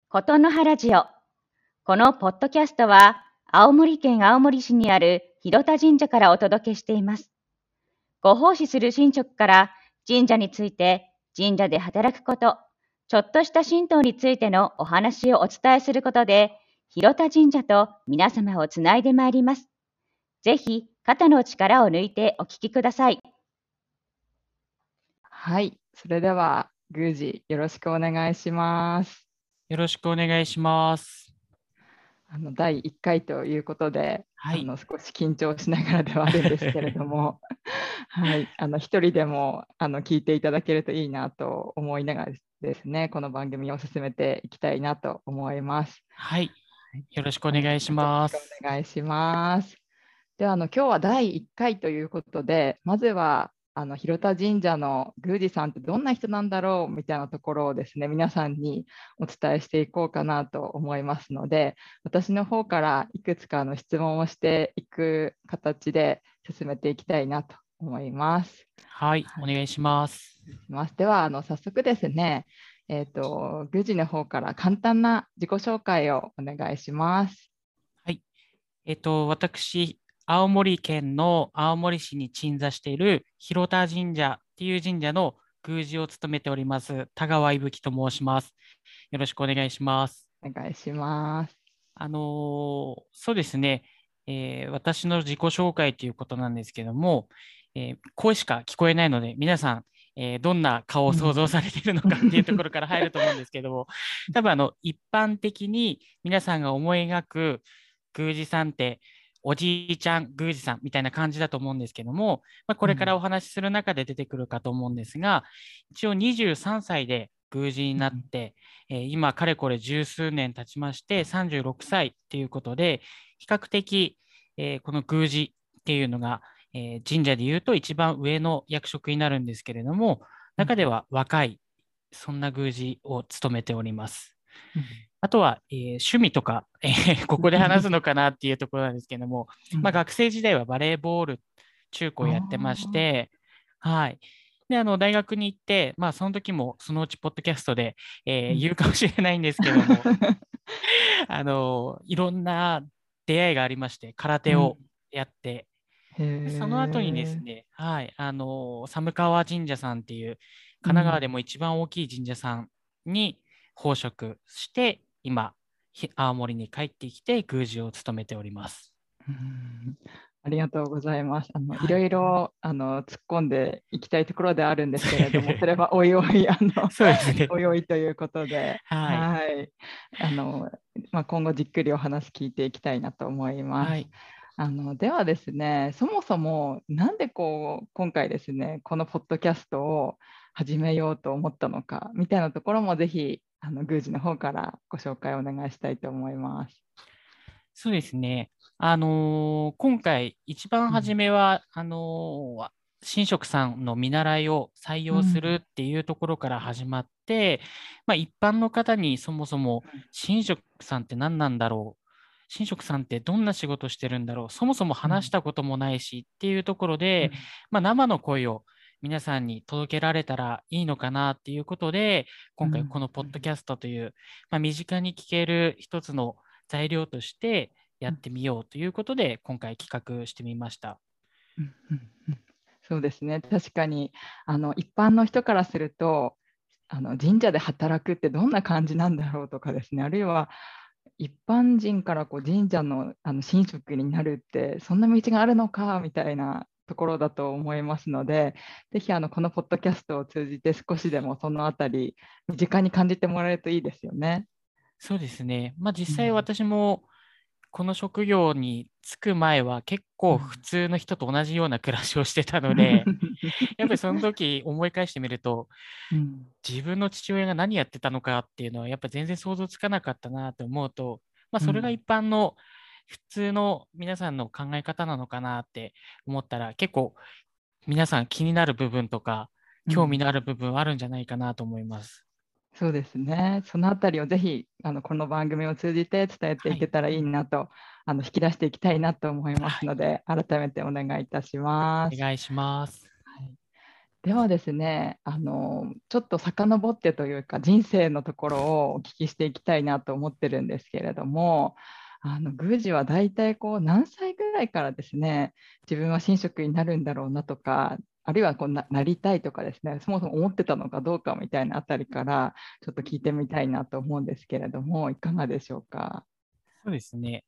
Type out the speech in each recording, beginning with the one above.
ことのはラジオ。このポッドキャストは、青森県青森市にある広田神社からお届けしています。ご奉仕する神職から神社について、神社で働くこと、ちょっとした神道についてのお話をお伝えすることで、広田神社と皆様をつないでまいります。ぜひ、肩の力を抜いてお聞きください。 はい、それでは宮司よろしくお願いします。 よろしくお願いします。 第1回ということで、 はい、 少し緊張しながらではあるんですけれども、はい、一人でも聞いていただけるといいなと思いながらですね、この番組を進めていきたいなと思います。 はい、よろしくお願いします。 よろしくお願いします。では今日は第1回ということで、まずは広田神社の宮司さんってどんな人なんだろうみたいなところをですね、皆さんにお伝えしていこうかなと思いますので、私の方からいくつかの質問をしていく形で進めていきたいなと思います。 はい、お願いします。 では早速ですね、宮司の方から簡単な自己紹介をお願いします。 はい、私、青森県の青森市に鎮座している広田神社っていう神社の宮司を務めております田川伊吹と申します。よろしくお願いします。 お願いします。 そうですね、私の自己紹介ということなんですけども、声しか聞こえないので、皆さん、どんな顔を想像されているのかっていうところから入ると思うんですけども、多分一般的に皆さんが思い描く宮司さんって、おじいちゃん宮司さんみたいな感じだと思うんですけども、これからお話しする中で出てくるかと思うんですが、一応23歳で宮司になって、今かれこれ十数年経ちまして36歳っていうことで、比較的、この宮司っていうのが、神社でいうと一番上の役職になるんですけれども、中では若い、そんな宮司を務めております。あとは、趣味とか、ここで話すのかなっていうところなんですけども、学生時代はバレーボール中高やってまして、はい。で、大学に行って、その時もそのうちポッドキャストで、言うかもしれないんですけども、いろんな出会いがありまして、空手をやって、でその後にですね、はい、寒川神社さんっていう、神奈川でも一番大きい神社さんに奉職して、今、青森に帰ってきて、宮司を務めております。 ありがとうございます。いろいろ突っ込んでいきたいところであるんですけれども、それはおいおいそうですね。 おいおいということで、 はい。 今後じっくりお話聞いていきたいなと思います。 はい。 ではですね、そもそもなんで今回ですね、このポッドキャストを始めようと思ったのかみたいなところもぜひ宮司の方からご紹介お願いしたいと思います。 そうですね。今回、一番初めは、神職さんの見習いを採用するっていうところから始まって、一般の方にそもそも神職さんって何なんだろう、神職さんってどんな仕事してるんだろう、そもそも話したこともないしっていうところで、生の声を皆さんに届けられたらいいのかなっていうことで、今回このポッドキャストという、身近に聞ける一つの材料としてやってみようということで、今回企画してみました。 そうですね、確かに一般の人からすると神社で働くってどんな感じなんだろうとかですね、あるいは一般人から神社の神職になるってそんな道があるのかみたいなところだと思いますので、ぜひこのポッドキャストを通じて少しでもそのあたり身近に感じてもらえるといいですよね。 そうですね。実際私もこの職業に就く前は結構普通の人と同じような暮らしをしてたので、やっぱりその時思い返してみると、自分の父親が何やってたのかっていうのはやっぱ全然想像つかなかったなと思うと、それが一般の普通の皆さんの考え方なのかなって思ったら、結構皆さん気になる部分とか興味のある部分あるんじゃないかなと思います。 そうですね。そのあたりをぜひこの番組を通じて伝えていけたらいいなと、引き出していきたいなと思いますので、改めてお願いいたします。 お願いします。 ではですね、ちょっと遡ってというか、人生のところをお聞きしていきたいなと思ってるんですけれども、宮司は大体こう何歳ぐらいからですね、自分は神職になるんだろうなとか、あるいはこうなりたいとかですね、そもそも思ってたのかどうかみたいなあたりから、ちょっと聞いてみたいなと思うんですけれども、いかがでしょうか。 そうですね。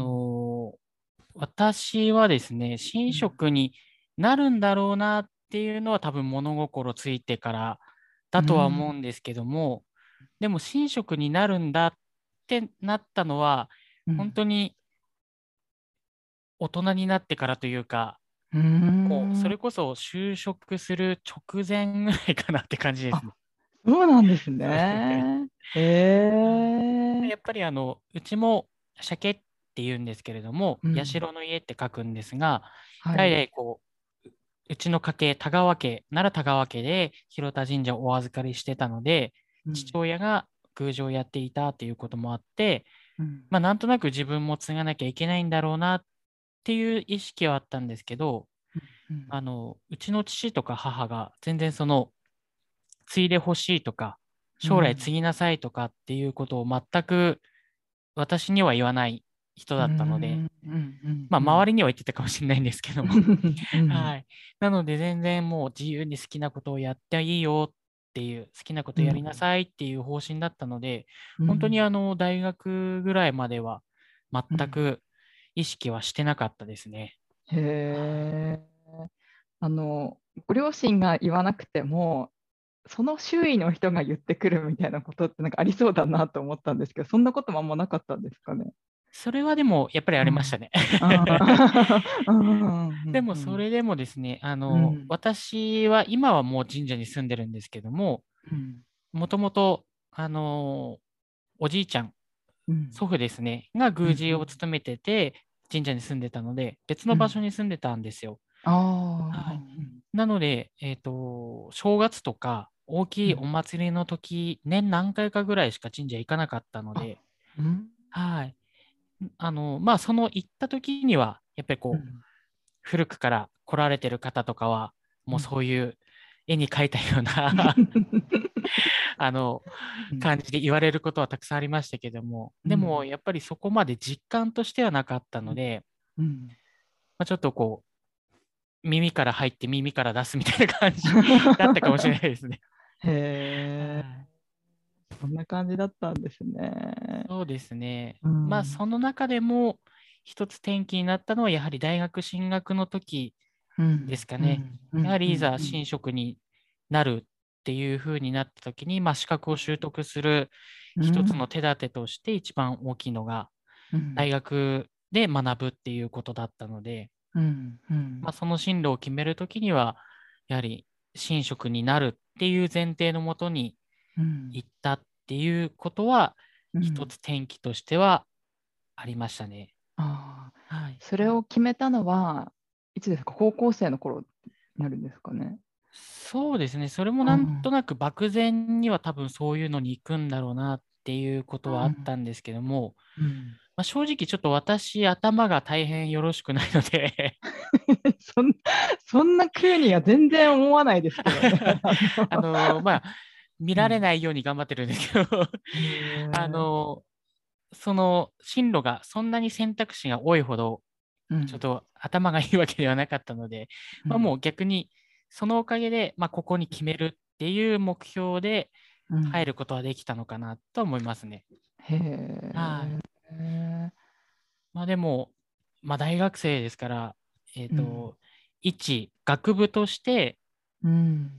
私はですね、神職になるんだろうなっていうのは多分物心ついてからだとは思うんですけども、でも神職になるんだってなったのは、本当に大人になってからというか、もうそれこそ就職する直前ぐらいかなって感じですね。 あ、そうなんですそうですね。 ね。 やっぱりうちも鮭って言うんですけれども、社の家って書くんですが、 はい。 代々うちの家系、田川家、奈良田川家で広田神社をお預かりしてたので、父親が宮司をやっていたっていうこともあって、なんとなく自分も継がなきゃいけないんだろうなっていう意識はあったんですけど、うちの父とか母が全然継いでほしいとか、将来継ぎなさいとかっていうことを全く私には言わない人だったので、周りには言ってたかもしれないんですけども、はい。なので、全然もう自由に好きなことをやっていいよっていう、好きなことやりなさいっていう方針だったので、本当に大学ぐらいまでは全く意識はしてなかったですね。 へえ。ご両親が言わなくても、その周囲の人が言ってくるみたいなことってなんかありそうだなと思ったんですけど、そんなこともあんまなかったんですかね。 それはでも、やっぱりあうん。 りましたね。 あーでも、それでもですね、 うん。 私は今はもう神社に住んでるんですけども、 うん。 もともと、おじいちゃん、 うん。 祖父ですね、がうん。 宮司を務めてて、神社に住んでたので、別の場所うん。 に住んでたんですよ。 ああ。 はい。なので、正月とか大きいおうん。 祭りの時、年何回かぐらいしか神社行かなかったのあ、 で、 うん。 はい。その行った時には、やっぱり古くから来られてる方とかは、もううん。 そういう絵に描いたようなあの、 うん。 感じで言われることはたくさんありましたけども、でも、 うん。 やっぱりそこまで実感としてはなかったので、 うん。 ちょっと耳から入って耳から出すみたいな感じだったかもしれないですね。 へはえ、 い。 そんな感じだったんですね。 そうですね。 うん。 その中でも一つ転機になったのは、やはり大学進学の時うん。 ですかね。 うん。うん。 やはりいざうん。 神職になるっていう風になった時に、資格を習得する一つの手立てとして一番大きいのが、 うん。 大学で学ぶっていうことだったので、 うん。うん。 その進路を決めるときには、やはり神職になるっていう前提のもとにうん。 行ったっていうことは、一うん。 つ転機としてはありましたね。 ああ、 はい。 それを決めたのはいつですか？高校生の頃になるんですかね。 そうですね。それもなんうん。 となく漠然には多分そういうのに行くんだろうなっていうことはあっうん。 たんですけども、 うん。 正直ちょっと私、頭が大変よろしくないのでそんそんな風には全然思わないですけどね。 あの、まあ、見うん。 られないように頑張ってるんですけどへあえ。 の、その進路がそんなに選択肢が多いほど、 うん。 ちょっと頭がいいわけではなかったので、もう逆にそのおかげで、ここに決めるっていう目標でうん。 入ることはできたのかなと思いますね。 へはい。 え。 でも、大学生ですから、 うん。 一学部としてうん。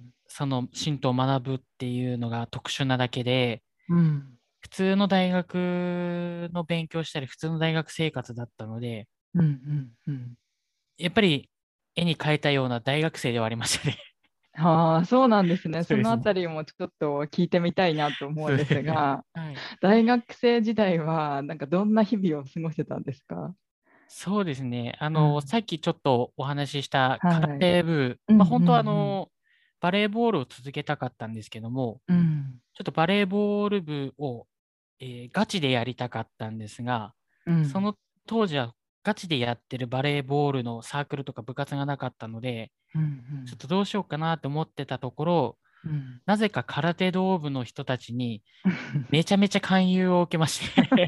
その神道を学ぶっていうのが特殊なだけで、 うん。 普通の大学の勉強したり、普通の大学生活だったので、 うん。うん。 やっぱり絵に描いたような大学生ではありましたね。 ああ、そうなんですね。そのあそうですね。 たりもちょっと聞いてみたいなと思うんですそうですね。 が、 はい。 大学生時代はなんかどんな日々を過ごしてたんですか？ そうですね。 うん。 さっきちょっとお話しした空はい。 手部、 うんうん本当はうん。 バレーボールを続けたかったんですけども、 うん。 ちょっとバレーボール部を、ガチでやりたかったんですが、 うん。 その当時はガチでやってるバレーボールのサークルとか部活がなかったので、 うんちょっとどうしようかなと思ってたところ、 うんなぜか空手道部の人たちにめちゃめちゃ勧誘を受けまして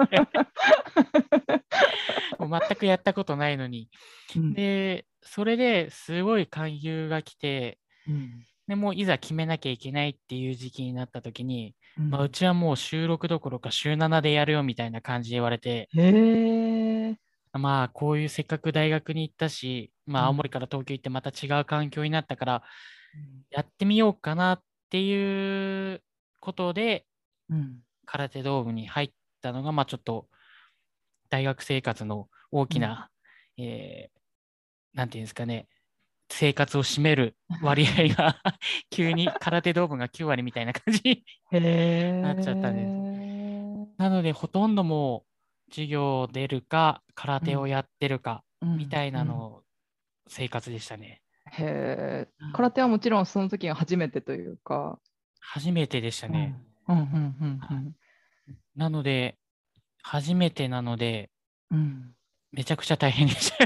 もう全くやったことないのに。 うんで、それですごい勧誘が来て、 うんでもういざ決めなきゃいけないっていう時期になった時に、 うんうちはもう週6どころか週7でやるよみたいな感じで言われて、 へえ。 まあこういうせっかく大学に行ったし、まあ青森から東京行ってまた違う環境になったから、やってみようかなっていうことで、 うん空手道部に入ったのが、まあちょっと大学生活の大きな、なんていうんですかね、生活を占める割合が急に空手道部が9割みたいな感じにへなっちゃったんです。 え。 なので、ほとんどもう授業出るか、空手をやってるか、みたいなの生活でしたね。 へえ。空手はもちろんその時が初めてというか。 初めてでしたね。なので、初めてなので、めちゃくちゃ大変でした。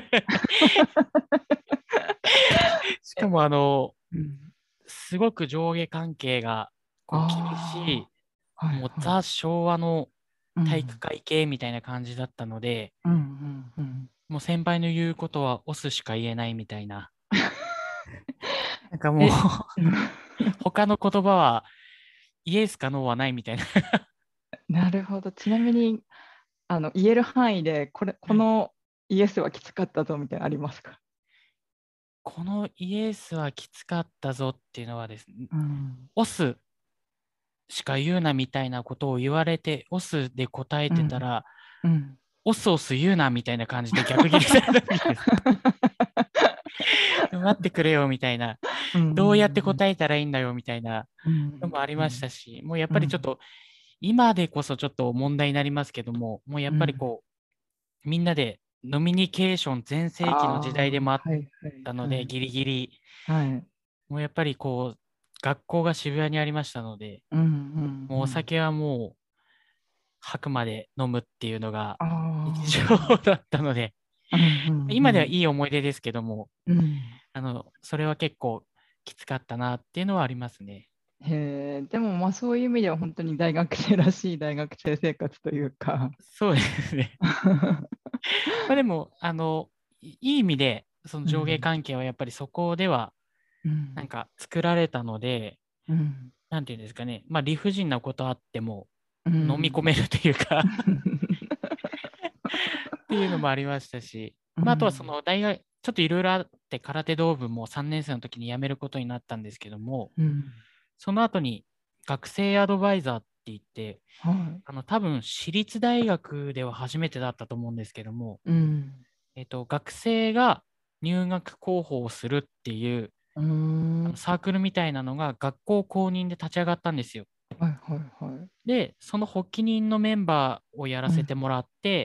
しかも、すごく上下関係がこう厳しい、もうザ・昭和の体育会系みたいな感じだったので、もう先輩の言うことは押すしか言えないみたいな。なんかもう他の言葉はイエスかノーはないみたいな。 なるほど。ちなみに言える範囲でこのイエスはきつかったぞみたいなのありますか？ このイエスはきつかったぞっていうのはですね、押すしか言うなみたいなことを言われて、押すで答えてたら、押す押す言うなみたいな感じで逆ギレされたみたいです。待ってくれよみたいな、どうやって答えたらいいんだよみたいなのもありましたし、もうやっぱりちょっと、今でこそちょっと問題になりますけども、もうやっぱりこう、みんなでノミニケーション全盛期の時代でもあったので、ギリギリ、もうやっぱりこう、学校が渋谷にありましたので、もうお酒はもう吐くまで飲むっていうのが日常だったので、今ではいい思い出ですけども、それは結構きつかったなっていうのはありますね。 へえ、でもまあそういう意味では本当に大学生らしい大学生生活というか。 そうですね。まあでも、いい意味で、その上下関係はやっぱりそこでは、なんか作られたので、なんていうんですかね、まあ理不尽なことあっても飲み込めるというかっていうのもありましたし、まああとはその大学、ちょっといろいろあって空手道部も3年生の時に辞めることになったんですけども、その後に学生アドバイザーって言って、多分私立大学では初めてだったと思うんですけども、学生が入学候補をするっていうサークルみたいなのが学校公認で立ち上がったんですよ。で、その発起人のメンバーをやらせてもらって、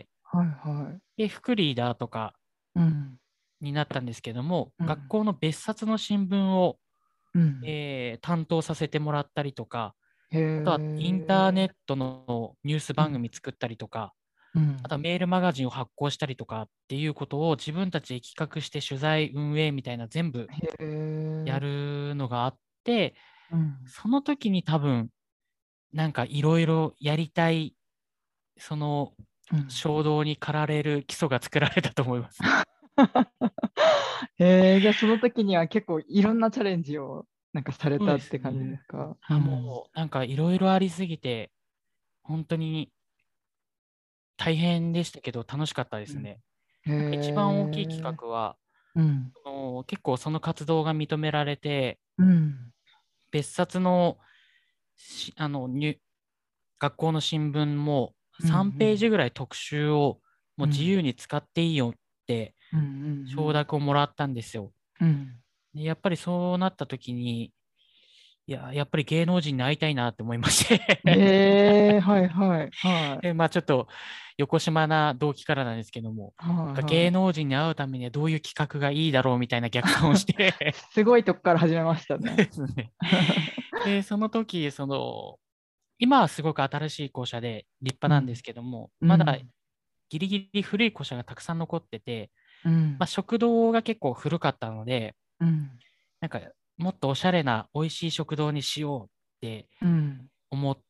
で、副リーダーとかになったんですけども、学校の別冊の新聞を、担当させてもらったりとか、あとはインターネットのニュース番組作ったりとか、あとはメールマガジンを発行したりとかっていうことを自分たちで企画して取材、運営みたいな全部やるのがあって、その時に多分、なんかいろいろやりたい、その衝動に駆られる基礎が作られたと思います。 じゃあその時には結構いろんなチャレンジをなんかされたって感じですか？ もうなんかいろいろありすぎて、本当に大変でしたけど楽しかったですね。なんか一番大きい企画は、結構その活動が認められて、別冊の学校の新聞も3ページぐらい特集をもう自由に使っていいよって承諾をもらったんですよ。でやっぱりそうなった時に、やっぱり芸能人に会いたいなって思いましてまあちょっと横島な動機からなんですけども、芸能人に会うためにはどういう企画がいいだろうみたいな逆算をしてすごいとこから始めましたね。 で、その時、今はすごく新しい校舎で立派なんですけども、まだギリギリ古い校舎がたくさん残ってて、まあ、食堂が結構古かったので、 なんかもっとおしゃれな美味しい食堂にしようってうん思って、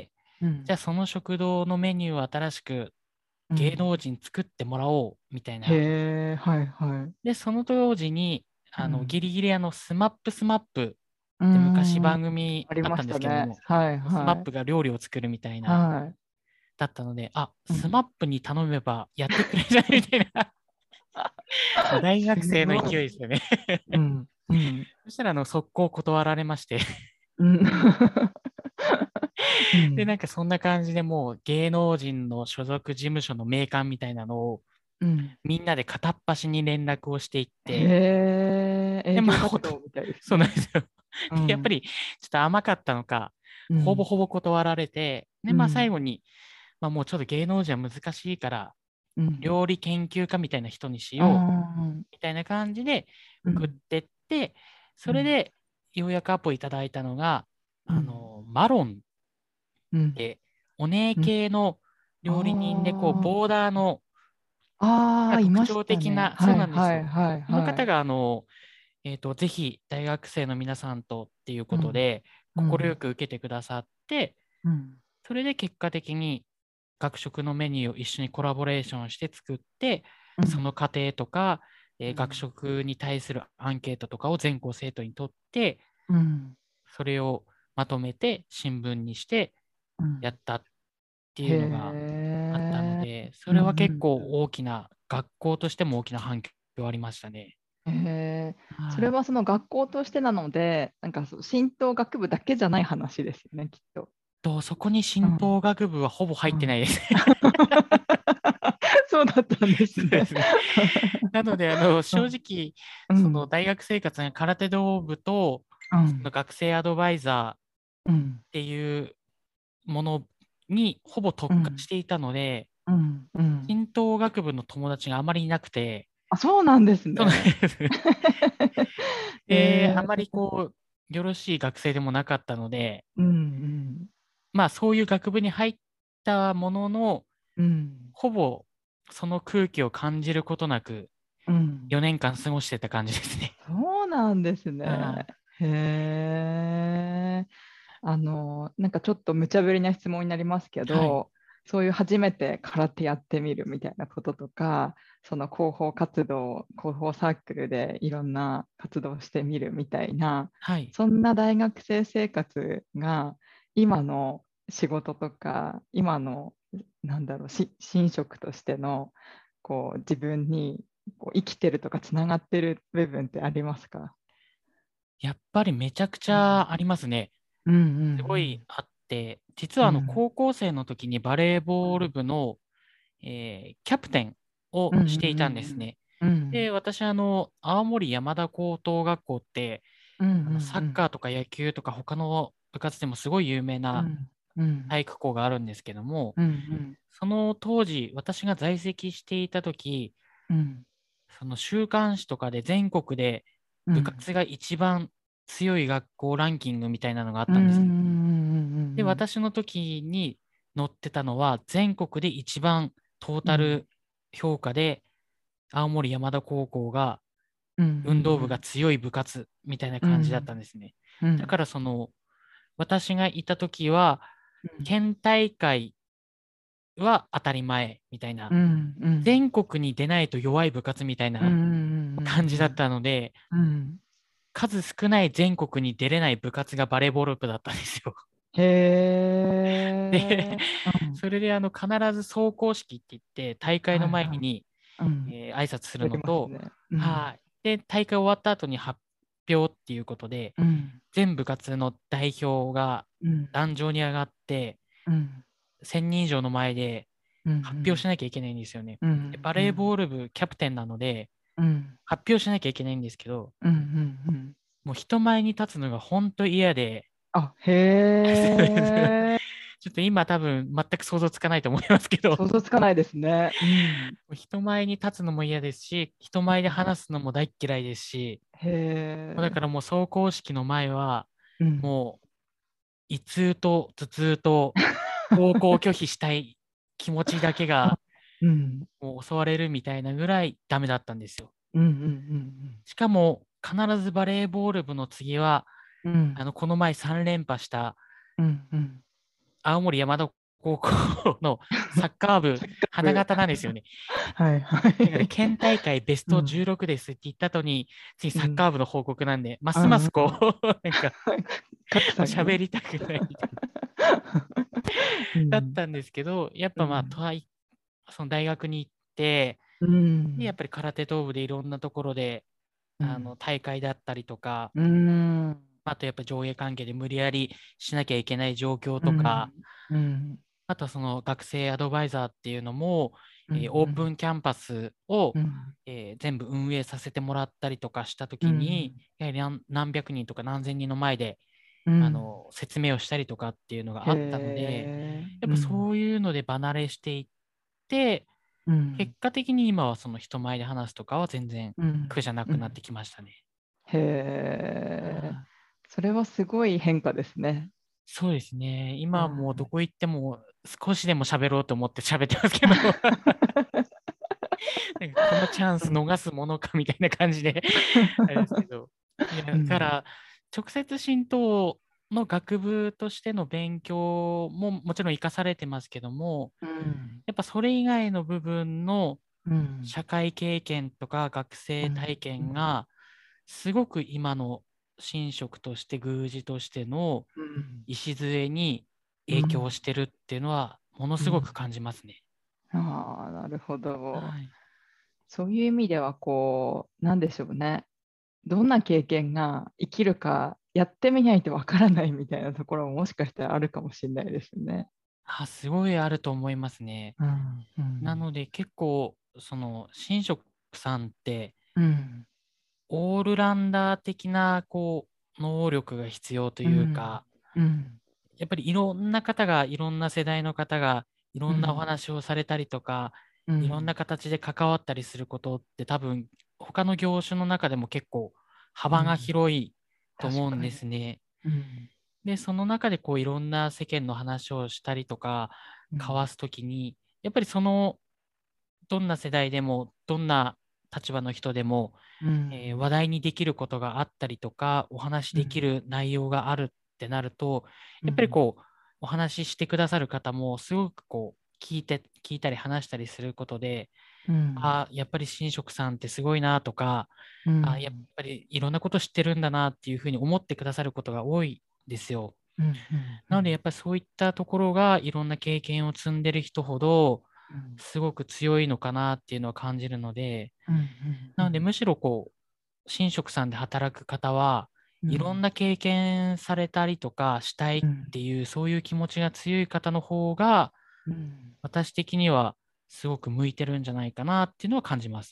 うんじゃあその食堂のメニューを新しく芸能人作ってもらおうみたいへな。 え、はいはい。 で、その当時に、ギリギリスマップスマップっうて昔ん。 番組ありまあったんしたね。 ですけども、 はいスマッはい。 プが料理を作るみたいな、 はい。 だったので、あ、 うん。 スマップに頼めばやってくれるじゃないみたいな、もう大学生のすごい。 勢いですよね。 うん。うん。 そしたら、速攻断られまして、 うん。うで、なん。 んかそんな感じでもう芸能人の所属事務所の名鑑みたいなのをうん。 みんなで片っ端に連絡をしていって、 へえ、 で、 営業活まあ、 動みたいですそうなんね。 ですよ。で、やっぱうん。 りちょっと甘かったのか、ほぼうん。 ほぼ断られて、で、まあ最うん。 後に、まあもうちょっと芸能人は難しいから、 うん。 料理研究家みたいな人にしあようあ。 みたいな感じで送っうん。 てって、それうん。 でようやくアポいただいたのが、 うん。 マロンうん。 で、お姉うん。 系の料理人で、こう、 あボーダーのあ。ああ、いましが特徴たね。 的な、そうはいなんですよ。 はいはいその方はい。 が、ぜひ大学生の皆さんとっていううん。 ことで、快うん。 く受けてくださって、 うん。 それで結果的に学食のメニューを一緒にコラボレーションして作って、 うん。 その過程とか、学うん。 食に対するアンケートとかを全校生徒にとって、 うん。 それをまとめて新聞にしてうん。 やったってへいうのがあったのえ。 で、そうん。 れは結うん構大きな、学校としても大きな反響ありましたね。 へえ。それはい。 はその学校としてなので、なんかそう神道学部だけじゃない話ですよね、きっと。 そこに神うん。 道学部はほぼ入うん。 ってないですね。 そうだったんですね。 そうですね。なので、 うん。 正直、そのうん。 大学生活が空手道部と、そのうん。 学生アドバイザーっうん。 ていうものにほぼ特化うん。 していたので、 うん。うん。 神道学部の友達があまりいなくて、 あ、そうなんですそうなんね。 です。 へで、あまえ。 りよろしい学生でもなかったので、 うん。 まあそういう学部に入ったものの、 うん。 ほぼその空気を感じることなくうん。 4年間過ごしてた感じですね。 そうなんですね。 はい。 へえ。なんかちょっと無茶ぶりな質問になりますけはい。 ど、そういう初めて空手やってみるみたいなこととか、その広報活動、広報サークルでいろんな活動をしてみるみたいな、 はい。 そんな大学生生活が今の仕事とか、今の、なんだろう、寝職としてのこう自分にこう生きてるとかつながってる部分ってありますか？ やっぱりめちゃくちうんゃありますね。 うんうすごいんあって、実はうん高校生の時にバレーボール部の、キャプテンをうんうんしていたんですね。 うんで、私、青森山田高等学校って、 うんうサッんカーとか野球とか他の部活でもすごい有名なうんうん体育校があるんですけども、 うんその当時、私が在籍していた時、 うんその週刊誌とかで全国で部うん活が一番強い学校ランキングみたいなのがあっうんうんうたんです。で、 ん私の時に載ってたのは、全国で一番トーうんタル評価で、青森山田高校がうんう運動部がん強い部活みたいな感じだっうんたんですね。だかうんら私がいた時は、県大会は当たり前みたいな、 うんうん全国に出ないと弱い部活みたいうんうな感じだっんたので、 うん数少ない全国に出れない部活がバレーボール部だったんですよ。 へで、 えうんそれで必ず走行式って言って、大会のはいはい前に、 うん挨拶するやりのと、 ますねうんはい。で、大会終わった後に発表っていうことで、 うん全部活の代表がうん壇上に上がって、 うん 1000人以上の前でうんう発表しんなきゃいけないんですよね。 うんでバレーボうんール部キャプテンなので、 うん発表しなきゃいけないんですけど、 うんうんもう人前に立つのが本当嫌で、 あ、へえ、 ちょっと今多分全く想像つかないと思いますけど、 想像つかないですね。うん。 人前に立つのも嫌ですし、人前で話すのも大っ嫌いですし、 へえ、 だからもう走行式の前は、 うん。 もう胃痛と頭痛と登校拒否したい気持ちだけがうん。 もう襲われるみたいなぐらいダメだったんですよ。 うんうんうんしかも必ずバレーボール部の次は、この前3連覇した青森山田高校のサッカー部、花形なんですよね。 はいはだからい。 県大会ベスト16ですって言った後に、次サッカー部の報告なんで、ますますなんか、喋りたくないみたいなだったんですけど、やっぱその大学に行って、でやっぱり空手道部でいろんなところで、大会だったりとか、あとやっぱ上映関係で無理やりしなきゃいけない状況とか、あとはその学生アドバイザーっていうのも、オープンキャンパスを、全部運営させてもらったりとかしたときに、やはり何百人とか何千人の前で、説明をしたりとかっていうのがあったので、やっぱそういうので離れしていって、結果的に今はその人前で話すとかは全然苦じゃなくなってきましたね。 へえ、それはすごい変化ですね。 そうですね。今はもうどこ行っても少しでも喋ろうと思って喋ってますけど、なんかこのチャンス逃すものかみたいな感じであれですけど、いやだから直接神道の学部としての勉強ももちろん生かされてますけども、やっぱそれ以外の部分の社会経験とか学生体験がすごく今の神職として宮司としての礎に影響してるっていうのはものすごく感じますね。 ああ、なるほど。 はい、 そういう意味ではなんでしょうね。どんな経験が生きるかやってみないとわからないみたいなところももしかしたらあるかもしれないですね。 すごいあると思いますね。なので結構その神職さんって、オールランダー的な能力が必要というか、やっぱりいろんな方がいろんな世代の方がいろんなお話をされたりとか、いろんな形で関わったりすることって多分他の業種の中でも結構幅が広いと思うんですね。で、その中でいろんな世間の話をしたりとか交わすときに、やっぱりどんな世代でもどんな立場の人でも、話題にできることがあったりとかお話しできる内容があるってなると、やっぱりお話ししてくださる方もすごく聞いたり話したりすることで、やっぱり神職さんってすごいなとか、やっぱりいろんなこと知ってるんだなっていうふうに思ってくださることが多いですよ。なのでやっぱりそういったところがいろんな経験を積んでる人ほどすごく強いのかなっていうのは感じるので、なのでむしろ神職さんで働く方はいろんな経験されたりとかしたいっていう、そういう気持ちが強い方の方が私的にはすごく向いてるんじゃないかなっていうのは感じます。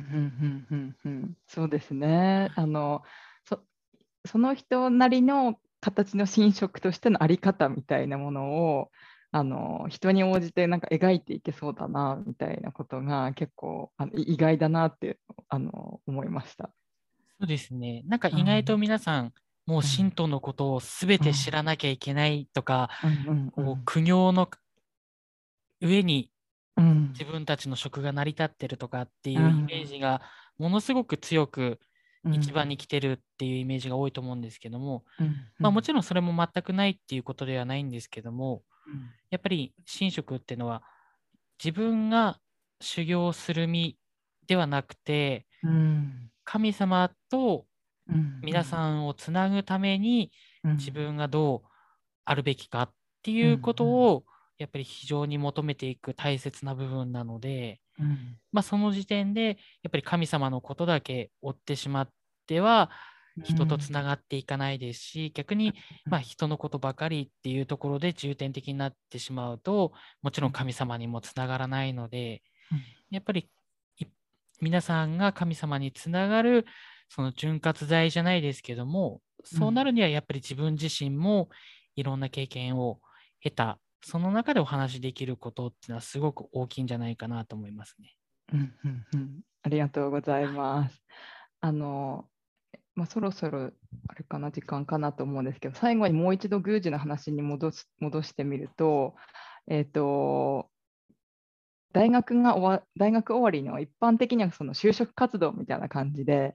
そうですね。その人なりの形の神職としてのあり方みたいなものを人に応じてなんか描いていけそうだなみたいなことが結構意外だなって思いました。 そうですね。なんか意外と皆さん、もう神道のことを全て知らなきゃいけないとか、苦行の上に自分たちの職が成り立ってるとかっていうイメージがものすごく強く一番に来てるっていうイメージが多いと思うんですけども、もちろんそれも全くないっていうことではないんですけども、やっぱり神職っていうのは自分が修行する身ではなくて、神様と皆さんをつなぐために自分がどうあるべきかっていうことをやっぱり非常に求めていく大切な部分なので、その時点でやっぱり神様のことだけ追ってしまっては人とつながっていかないですし、逆に人のことばかりっていうところで重点的になってしまうともちろん神様にもつながらないので、やっぱり皆さんが神様につながるその潤滑剤じゃないですけども、そうなるにはやっぱり自分自身もいろんな経験を経た、その中でお話しできることっていうのはすごく大きいんじゃないかなと思いますね。 ありがとうございます。そろそろあれかな、時間かなと思うんですけど、最後にもう一度宮司の話に戻してみると、大学終わりの一般的にはその就職活動みたいな感じで、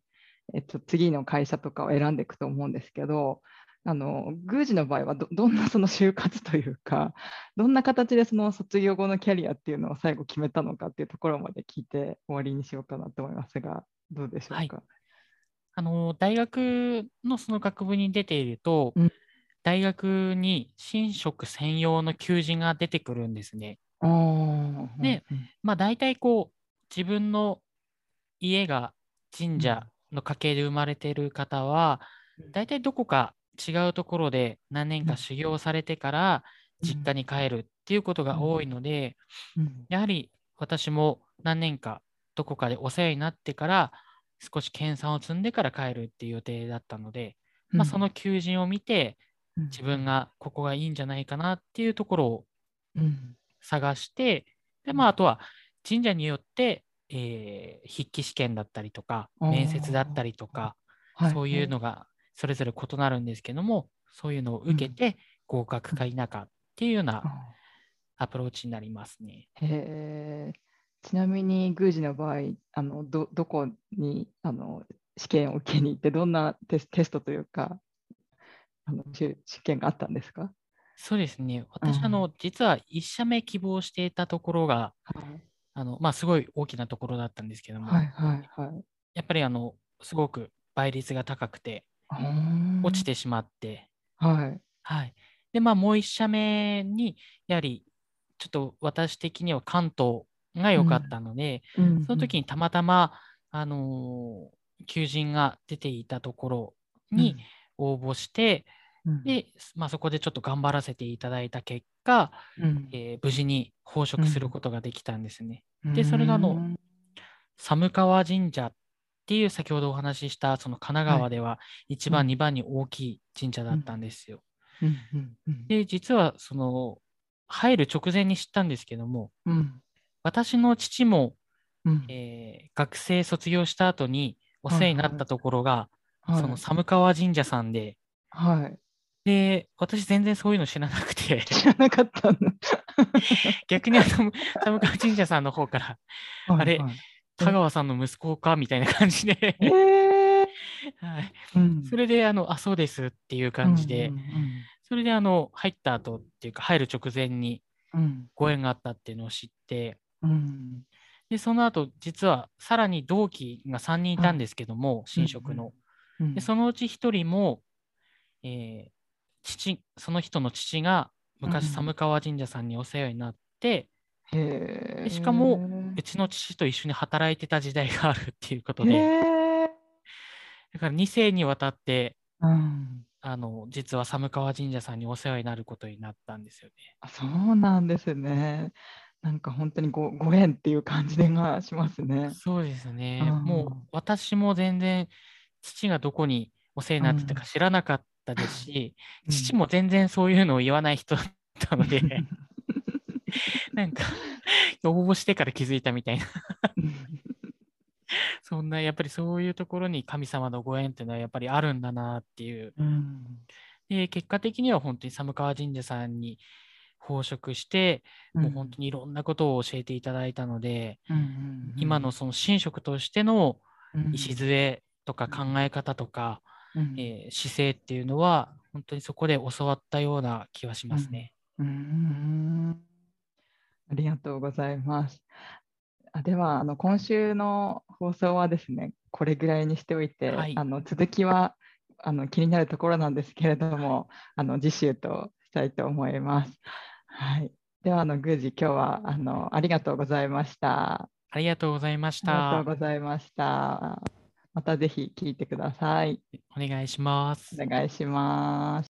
次の会社とかを選んでいくと思うんですけど、宮司の場合はどんなその就活というか、どんな形でその卒業後のキャリアっていうのを最後決めたのかっていうところまで聞いて終わりにしようかなと思いますが、どうでしょはい。 うか。 大学のその学部に出ていると、 うん、 大学に神職専用の求人が出てくるんですね。 あーうんで、大体自分の家が神社の家系で生まれている方は、大体どこか違うところで何年か修行されてから実家に帰るっていうことが多いので、やはり私も何年かどこかでお世話になってから少し研鑽を積んでから帰るっていう予定だったので、その求人を見て自分がここがいいんじゃないかなっていうところを探して、で、あとは神社によって、筆記試験だったりとか、面接だったりとか、そういうのがそれぞれ異なるんですけども、そういうのを受けて合格か否かっていうようなアプローチになりますね。 ちなみに宮司の場合、どこに試験を受けに行って、どんなテストというか、試験があったんですか？ そうですね。私、実は1社目希望していたところが、すごい大きなところだったんですけども、やっぱりすごく倍率が高くて、落ちてしまって、で、もう1社目に、やはり、ちょっと私的には関東が良かったので、その時にたまたま、求人が出ていたところに応募して、で、そこでちょっと頑張らせていただいた結果、無事に奉職することができたんですね。で、それが寒川神社っていう先ほどお話ししたその神奈川では1番、2番に大きい神社だったんですよ。で、実はその入る直前に知ったんですけども、私の父も、学生卒業した後にお世話になったところが、その寒川神社さんで、で、私全然そういうの知らなくて知らなかったの逆に寒川神社さんの方から、あれ、香川さんの息子かみたいな感じでそれで、そうですっていう感じで、それで、入った後っていうか、入る直前にご縁があったっていうのを知って、で、その後、実はさらに同期が3人いたんですけども、神職の。で、そのうち1人も、その人の父が昔寒川神社さんにお世話になって、でしかもうちの父と一緒に働いてた時代があるっていうことで、だから2世にわたって、実は寒川神社さんにお世話になることになったんですよね。 そうなんですね。なんか本当にご縁っていう感じがしますね。 そうですね。もう私も全然父がどこにお世話になってたか知らなかったですし、父も全然そういうのを言わない人だったので、なんか応募してから気づいたみたいなそんなやっぱりそういうところに神様のご縁っていうのはやっぱりあるんだなっていう。で、結果的には本当に寒川神社さんに奉職して、もう本当にいろんなことを教えていただいたので、今のその神職としての礎とか考え方とか、姿勢っていうのは本当にそこで教わったような気はしますね。 ありがとうございます。では今週の放送はですね、これぐらいにしておいて、続きは気になるところなんですけれども、次週としたいと思います。では宮司、今日はありがとうございました。 ありがとうございました。 ありがとうございました。またぜひ聞いてください。 お願いします。 お願いします。